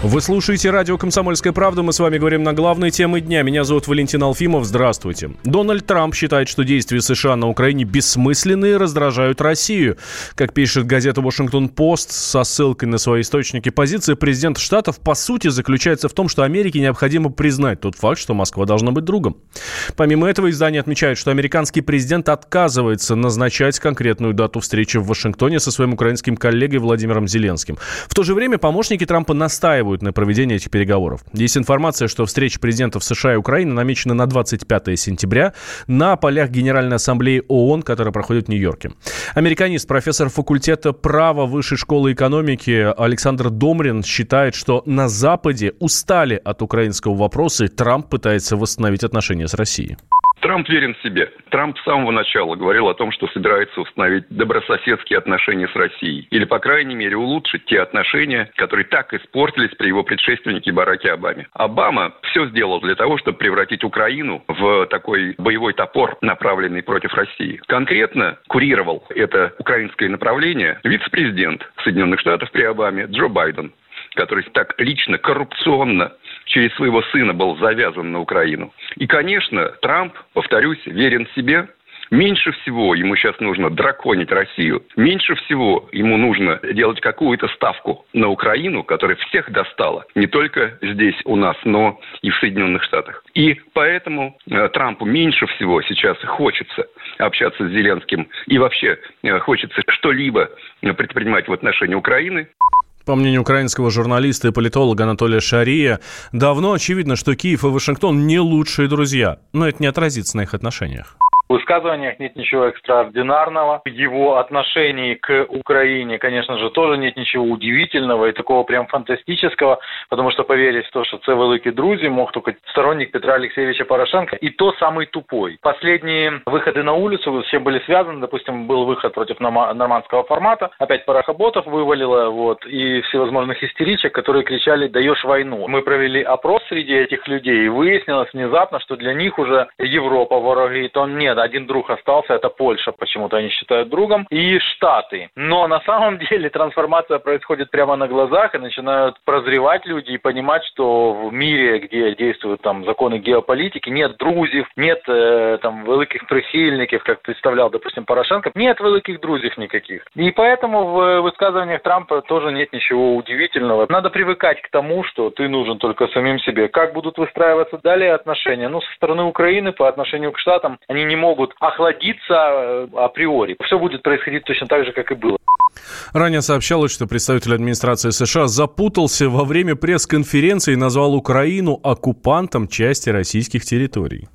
Вы слушаете радио «Комсомольская правда». Мы с вами говорим на главные темы дня. Меня зовут Валентин Алфимов. Здравствуйте. Дональд Трамп считает, что действия США на Украине бессмысленны и раздражают Россию. Как пишет газета «Вашингтон-Пост» со ссылкой на свои источники, позиция президента Штатов по сути заключается в том, что Америке необходимо признать тот факт, что Москва должна быть другом. Помимо этого, издание отмечает, что американский президент отказывается назначать конкретную дату встречи в Вашингтоне со своим украинским коллегой Владимиром Зеленским. В то же время помощники Трампа настаивают на проведение этих переговоров. Есть информация, что встреча президентов США и Украины намечена на 25 сентября на полях Генеральной Ассамблеи ООН, которая проходит в Нью-Йорке. Американист, профессор факультета права Высшей школы экономики Александр Домрин считает, что на Западе устали от украинского вопроса, и Трамп пытается восстановить отношения с Россией. Трамп верен себе. Трамп с самого начала говорил о том, что собирается установить добрососедские отношения с Россией. Или, по крайней мере, улучшить те отношения, которые так испортились при его предшественнике Бараке Обаме. Обама все сделал для того, чтобы превратить Украину в такой боевой топор, направленный против России. Конкретно курировал это украинское направление вице-президент Соединенных Штатов при Обаме Джо Байден, который так лично, коррупционно через своего сына был завязан на Украину. И, конечно, Трамп, повторюсь, верен себе. Меньше всего ему сейчас нужно драконить Россию. Меньше всего ему нужно делать какую-то ставку на Украину, которая всех достала. Не только здесь у нас, но и в Соединенных Штатах. И поэтому Трампу меньше всего сейчас хочется общаться с Зеленским. И вообще хочется что-либо предпринимать в отношении Украины. По мнению украинского журналиста и политолога Анатолия Шария, давно очевидно, что Киев и Вашингтон не лучшие друзья, но это не отразится на их отношениях. В высказываниях нет ничего экстраординарного. В его отношении к Украине, конечно же, тоже нет ничего удивительного и такого прям фантастического, потому что поверить в то, что це великі друзі, мог только сторонник Петра Алексеевича Порошенко, и то самый тупой. Последние выходы на улицу все были связаны, допустим, был выход против нормандского формата, опять парохоботов вывалило, и всевозможных истеричек, которые кричали «даешь войну». Мы провели опрос среди этих людей, и выяснилось внезапно, что для них уже Европа враги, то нет, один друг остался, это Польша, почему-то они считают другом, и Штаты. Но на самом деле трансформация происходит прямо на глазах, и начинают прозревать люди и понимать, что в мире, где действуют там законы геополитики, нет друзів, нет там великих прихильников, как представлял, допустим, Порошенко, нет великих друзів никаких. И поэтому в высказываниях Трампа тоже нет ничего удивительного. Надо привыкать к тому, что ты нужен только самим себе. Как будут выстраиваться далее отношения? Со стороны Украины по отношению к Штатам они не могут охладиться априори. Все будет происходить точно так же, как и было. Ранее сообщалось, что представитель администрации США запутался во время пресс-конференции и назвал Украину оккупантом части российских территорий.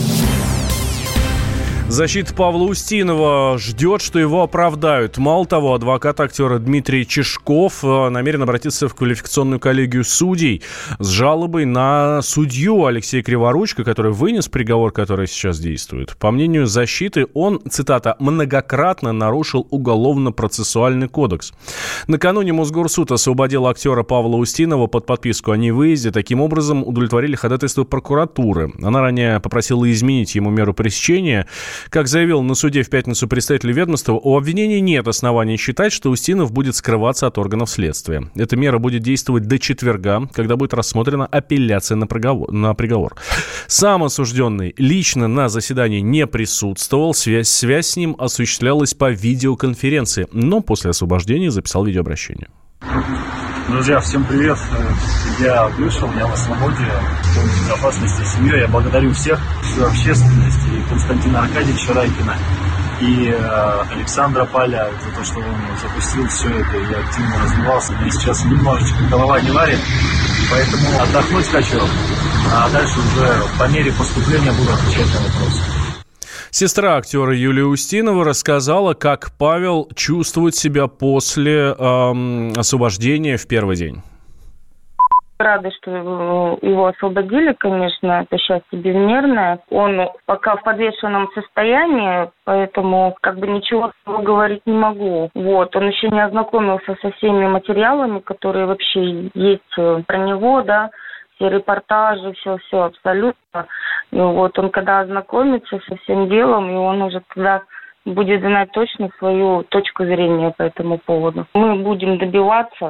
Защита Павла Устинова ждет, что его оправдают. Мало того, адвокат актера Дмитрий Чешков намерен обратиться в квалификационную коллегию судей с жалобой на судью Алексея Криворучко, который вынес приговор, который сейчас действует. По мнению защиты, он, цитата, «многократно нарушил уголовно-процессуальный кодекс». Накануне Мосгорсуд освободил актера Павла Устинова под подписку о невыезде. Таким образом, удовлетворили ходатайство прокуратуры. Она ранее попросила изменить ему меру пресечения. Как заявил на суде в пятницу представитель ведомства, у обвинения нет оснований считать, что Устинов будет скрываться от органов следствия. Эта мера будет действовать до четверга, когда будет рассмотрена апелляция на приговор. Сам осужденный лично на заседании не присутствовал, связь с ним осуществлялась по видеоконференции, но после освобождения записал видеообращение. Друзья, всем привет. Я вышел, я на свободе, в безопасности семьи. Я благодарю всех, всю общественность, и Константина Аркадьевича Райкина, и Александра Паля за то, что он запустил все это. Я активно развивался. Мне сейчас немножечко голова не варит, поэтому отдохнуть хочу, а дальше уже по мере поступления буду отвечать на вопросы. Сестра актера Юлия Устинова рассказала, как Павел чувствует себя после освобождения в первый день. Рада, что его освободили, конечно, это счастье безмерное. Он пока в подвешенном состоянии, поэтому ничего говорить не могу. Он еще не ознакомился со всеми материалами, которые вообще есть про него, все репортажи, все абсолютно. И он когда ознакомится со всем делом, и он уже тогда будет знать точно свою точку зрения по этому поводу. Мы будем добиваться,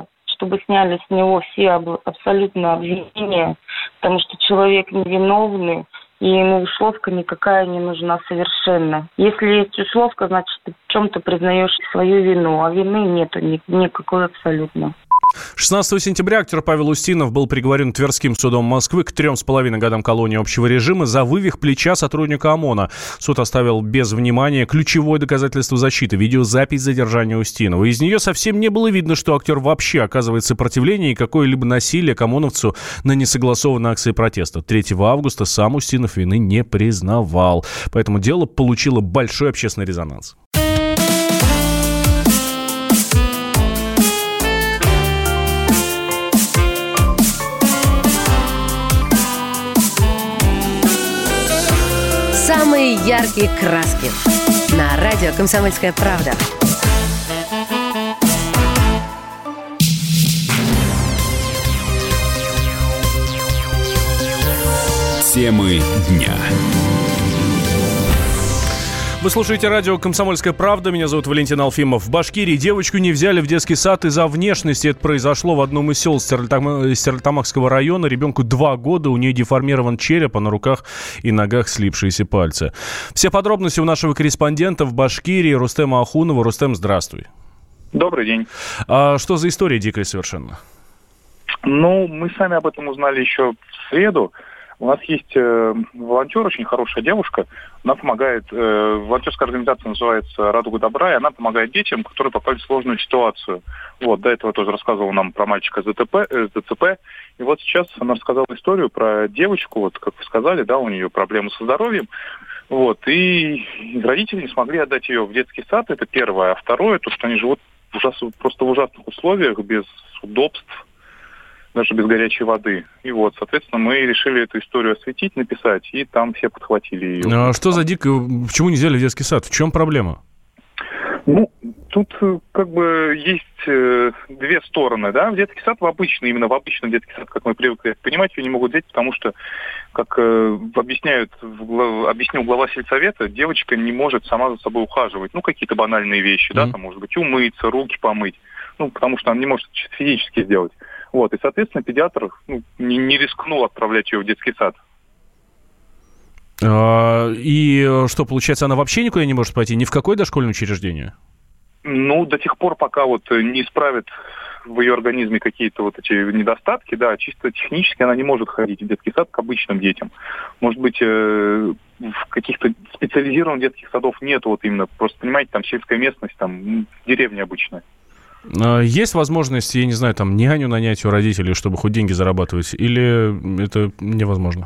чтобы сняли с него все абсолютно обвинения, потому что человек невиновный, и ему условка никакая не нужна совершенно. Если есть условка, значит, ты в чем-то признаешь свою вину, а вины нету никакой абсолютно. 16 сентября актер Павел Устинов был приговорен Тверским судом Москвы к 3,5 годам колонии общего режима за вывих плеча сотрудника ОМОНа. Суд оставил без внимания ключевое доказательство защиты – видеозапись задержания Устинова. Из нее совсем не было видно, что актер вообще оказывает сопротивление и какое-либо насилие к ОМОНовцу на несогласованной акции протеста. 3 августа сам Устинов вины не признавал. Поэтому дело получило большой общественный резонанс. Самые яркие краски. На радио «Комсомольская правда». Темы дня. Вы слушаете радио «Комсомольская правда». Меня зовут Валентин Алфимов. В Башкирии девочку не взяли в детский сад из-за внешности. Это произошло в одном из сел Стерлитамакского района. Ребенку 2 года, у нее деформирован череп, а на руках и ногах слипшиеся пальцы. Все подробности у нашего корреспондента в Башкирии Рустема Ахунова. Рустем, здравствуй. Добрый день. А что за история дикая совершенно? Мы сами об этом узнали еще в среду. У нас есть волонтер, очень хорошая девушка. Она помогает, волонтерская организация называется «Радуга добра», и она помогает детям, которые попали в сложную ситуацию. До этого тоже рассказывала нам про мальчика с ДЦП. И вот сейчас она рассказала историю про девочку, как вы сказали, у нее проблемы со здоровьем. И родители не смогли отдать ее в детский сад, это первое. А второе, то, что они живут просто в ужасных условиях, без удобств, даже без горячей воды. И соответственно, мы решили эту историю осветить, написать, и там все подхватили ее. А что за дико? Почему не взяли в детский сад? В чем проблема? Тут есть 2 стороны, В детский сад именно в обычный детский сад, как мы привыкли понимать, ее не могут взять, потому что, как объяснил глава сельсовета, девочка не может сама за собой ухаживать. какие-то банальные вещи, там, может быть, умыться, руки помыть. Потому что она не может физически сделать. И, соответственно, педиатр не рискнул отправлять ее в детский сад. И что, получается, она вообще никуда не может пойти? Ни в какое дошкольное учреждение? До тех пор, пока не исправит в ее организме какие-то эти недостатки, чисто технически она не может ходить в детский сад к обычным детям. Может быть, в каких-то специализированных детских садов нет именно, просто, понимаете, там сельская местность, там деревня обычная. Есть возможность, я не знаю, няню нанять у родителей, чтобы хоть деньги зарабатывать, или это невозможно?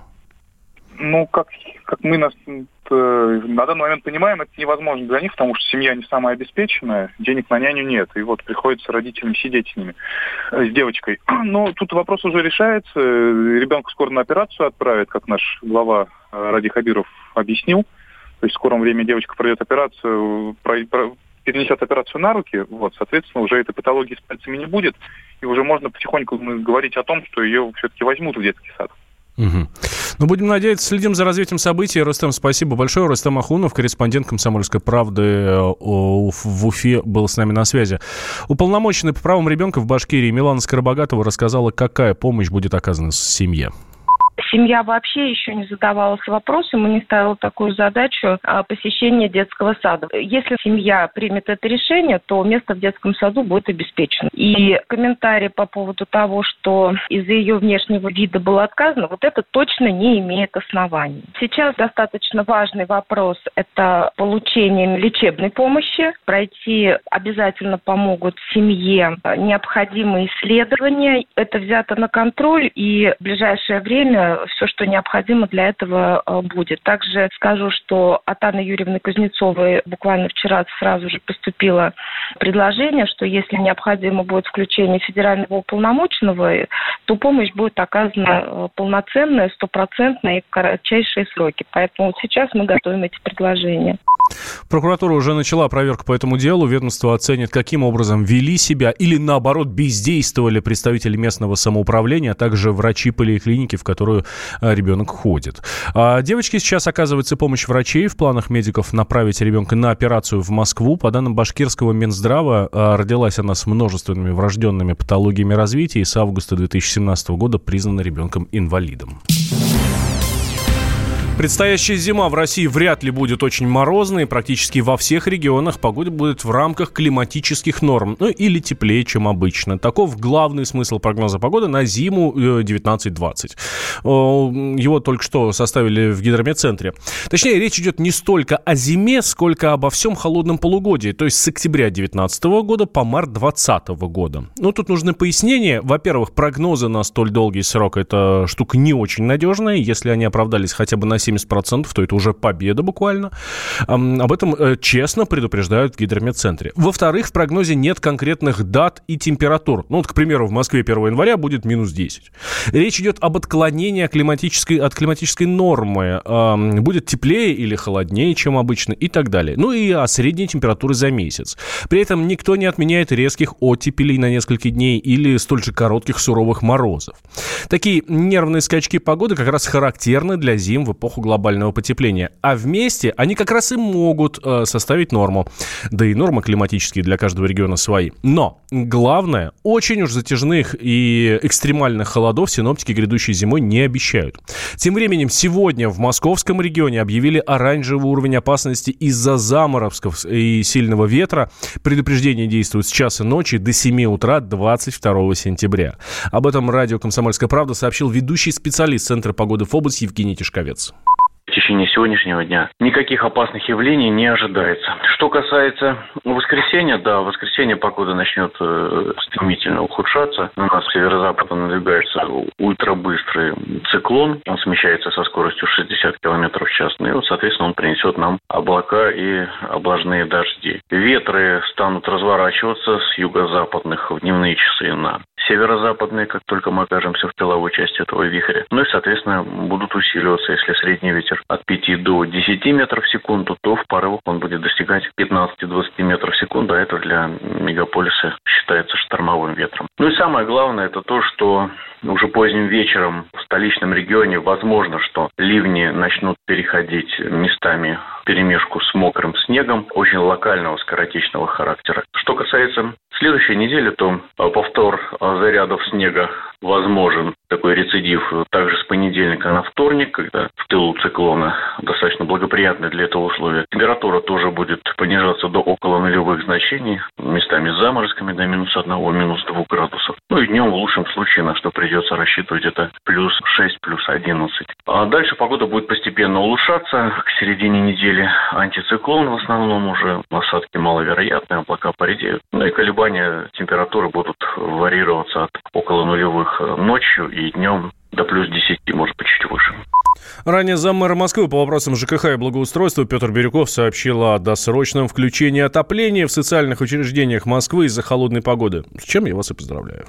Как мы на данный момент понимаем, это невозможно для них, потому что семья не самая обеспеченная, денег на няню нет, и приходится родителям сидеть с ними, с девочкой. Но тут вопрос уже решается, ребенка скоро на операцию отправят, как наш глава Ради Хабиров объяснил, то есть в скором времени девочка пройдет операцию, перенесет операцию на руки, соответственно, уже этой патологии с пальцами не будет, и уже можно потихоньку говорить о том, что ее все-таки возьмут в детский сад. Угу. Будем надеяться, следим за развитием событий. Рустем, спасибо большое. Рустем Ахунов, корреспондент «Комсомольской правды» в Уфе, был с нами на связи. Уполномоченный по правам ребенка в Башкирии Милана Скоробогатова рассказала, какая помощь будет оказана семье. Семья вообще еще не задавалась вопросом и не ставила такую задачу посещения детского сада. Если семья примет это решение, то место в детском саду будет обеспечено. И комментарий по поводу того, что из-за ее внешнего вида было отказано, это точно не имеет оснований. Сейчас достаточно важный вопрос – это получение лечебной помощи. Пройти обязательно помогут семье необходимые исследования. Это взято на контроль, и в ближайшее время все, что необходимо для этого будет. Также скажу, что от Анны Юрьевны Кузнецовой буквально вчера сразу же поступило предложение, что если необходимо будет включение федерального уполномоченного, то помощь будет оказана полноценная, стопроцентная и в кратчайшие сроки. Поэтому сейчас мы готовим эти предложения. Прокуратура уже начала проверку по этому делу. Ведомство оценит, каким образом вели себя или, наоборот, бездействовали представители местного самоуправления, а также врачи поликлиники, в которую ребенок ходит. Девочке сейчас оказывается помощь врачей. В планах медиков направить ребенка на операцию в Москву. По данным башкирского Минздрава, родилась она с множественными врожденными патологиями развития и с августа 2017 года признана ребенком-инвалидом. Предстоящая зима в России вряд ли будет очень морозной. Практически во всех регионах погода будет в рамках климатических норм. Ну, или теплее, чем обычно. Таков главный смысл прогноза погоды на зиму 19-20. Его только что составили в гидрометцентре. Точнее, речь идет не столько о зиме, сколько обо всем холодном полугодии. То есть с октября 2019 года по март 2020 года. Ну, тут нужны пояснения. Во-первых, прогнозы на столь долгий срок – это штука не очень надежная. Если они оправдались хотя бы на 70%, то это уже победа буквально. Об этом честно предупреждают в гидрометцентре. Во-вторых, в прогнозе нет конкретных дат и температур. Ну, вот, к примеру, в Москве 1 января будет минус 10. Речь идет об отклонении от климатической нормы. Будет теплее или холоднее, чем обычно, и так далее. Ну и о средней температуре за месяц. При этом никто не отменяет резких оттепелей на несколько дней или столь же коротких суровых морозов. Такие нервные скачки погоды как раз характерны для зим в эпоху глобального потепления. А вместе они как раз и могут составить норму. Да и нормы климатические для каждого региона свои. Но главное, очень уж затяжных и экстремальных холодов синоптики грядущей зимой не обещают. Тем временем сегодня в московском регионе объявили оранжевый уровень опасности из-за заморозков и сильного ветра. Предупреждение действует с часа ночи до 7 утра 22 сентября. Об этом радио «Комсомольская правда» сообщил ведущий специалист Центра погоды ФОБОС Евгений Тишковец. В течение сегодняшнего дня никаких опасных явлений не ожидается. Что касается воскресенья, да, в воскресенье погода начнет стремительно ухудшаться. На нас с северо-запада надвигается ультрабыстрый циклон. Он смещается со скоростью 60 км в час. Ну и вот, соответственно, он принесет нам облака и облажные дожди. Ветры станут разворачиваться с юго-западных в дневные часы на северо-западные, как только мы окажемся в тыловой части этого вихря. Ну и, соответственно, будут усиливаться. Если средний ветер от 5 до 10 метров в секунду, то в порывах он будет достигать 15-20 метров в секунду, а это для мегаполиса считается штормовым ветром. Ну и самое главное, это то, что уже поздним вечером в столичном регионе возможно, что ливни начнут переходить местами в перемешку с мокрым снегом, очень локального скоротечного характера. Что касается следующей недели, то повтор зарядов снега возможен, такой рецидив, также с понедельника на вторник, когда в тылу циклона достаточно благоприятные для этого условия. Температура тоже будет понижаться до около нулевых значений, местами с заморозками до минус 1, минус 2 градусов. Ну и днем в лучшем случае, на что придется рассчитывать, это плюс 6, плюс 11. А дальше погода будет постепенно улучшаться. К середине недели антициклон в основном уже, осадки маловероятны, облака поредеют. Ну и колебания температуры будут варьироваться от около нулевых ночью и днем до плюс 10, может быть, чуть выше. Ранее заммэра Москвы по вопросам ЖКХ и благоустройства Петр Бирюков сообщил о досрочном включении отопления в социальных учреждениях Москвы из-за холодной погоды. С чем я вас и поздравляю.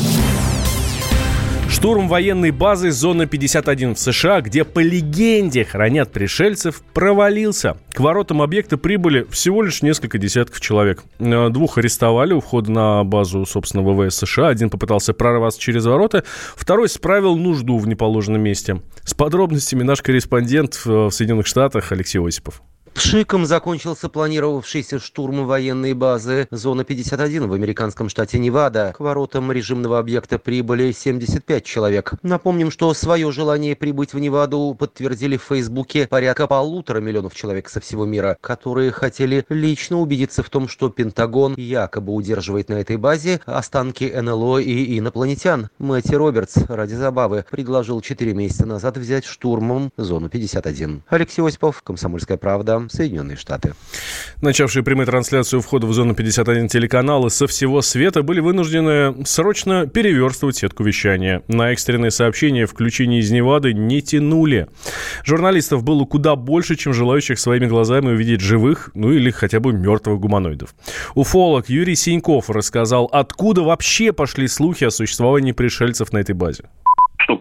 Штурм военной базы «Зона 51» в США, где по легенде хранят пришельцев, провалился. К воротам объекта прибыли всего лишь несколько десятков человек. 2 арестовали у входа на базу, собственно, ВВС США. Один попытался прорваться через ворота, второй справил нужду в неположенном месте. С подробностями наш корреспондент в Соединенных Штатах Алексей Осипов. Пшиком закончился планировавшийся штурм военной базы «Зона 51» в американском штате Невада. К воротам режимного объекта прибыли 75 человек. Напомним, что свое желание прибыть в Неваду подтвердили в Фейсбуке порядка 1,5 миллиона человек со всего мира, которые хотели лично убедиться в том, что Пентагон якобы удерживает на этой базе останки НЛО и инопланетян. Мэтью Робертс ради забавы предложил 4 месяца назад взять штурмом «Зону 51». Алексей Осипов, «Комсомольская правда», Соединенные Штаты. Начавшие прямую трансляцию входа в «Зону 51» телеканалы со всего света были вынуждены срочно переверстывать сетку вещания. На экстренные сообщения включения из Невады не тянули. Журналистов было куда больше, чем желающих своими глазами увидеть живых, ну или хотя бы мертвых гуманоидов. Уфолог Юрий Синьков рассказал, откуда вообще пошли слухи о существовании пришельцев на этой базе. Что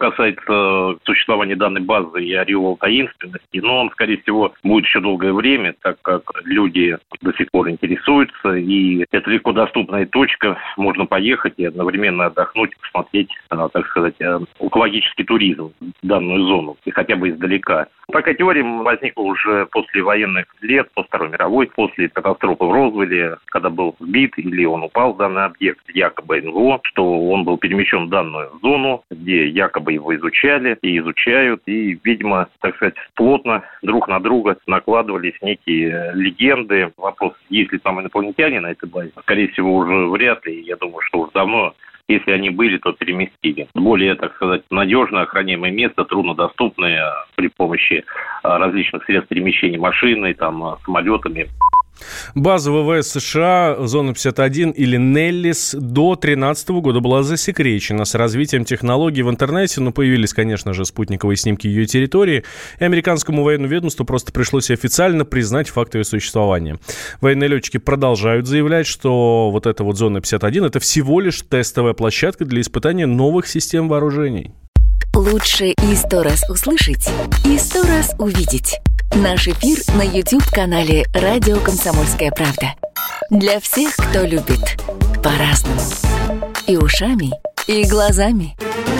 касается существования данной базы и ореола таинственности, он, скорее всего, будет еще долгое время, так как люди до сих пор интересуются, и это легко доступная точка, можно поехать и одновременно отдохнуть, посмотреть, так сказать, экологический туризм в данную зону, и хотя бы издалека. Такая теория возникла уже после военных лет, после Второй мировой, после катастрофы в Розвилле, когда был сбит или он упал в данный объект, якобы НЛО, что он был перемещен в данную зону, где якобы его изучали и изучают, и, видимо, так сказать, плотно друг на друга накладывались некие легенды. Вопрос, есть ли там инопланетяне на этой базе, скорее всего, уже вряд ли. Я думаю, что уже давно, если они были, то переместили. Более, так сказать, надежно охраняемое место, труднодоступное при помощи различных средств перемещения машиной, самолетами. База ВВС США, зона 51 или Неллис, до 2013 года была засекречена. С развитием технологий в интернете, появились, конечно же, спутниковые снимки ее территории, и американскому военному ведомству просто пришлось официально признать факт ее существования. Военные летчики продолжают заявлять, что вот эта вот зона 51 – это всего лишь тестовая площадка для испытания новых систем вооружений. Лучше и 100 раз услышать, и 100 раз увидеть. Наш эфир на YouTube-канале «Радио Комсомольская правда». Для всех, кто любит по-разному. И ушами, и глазами.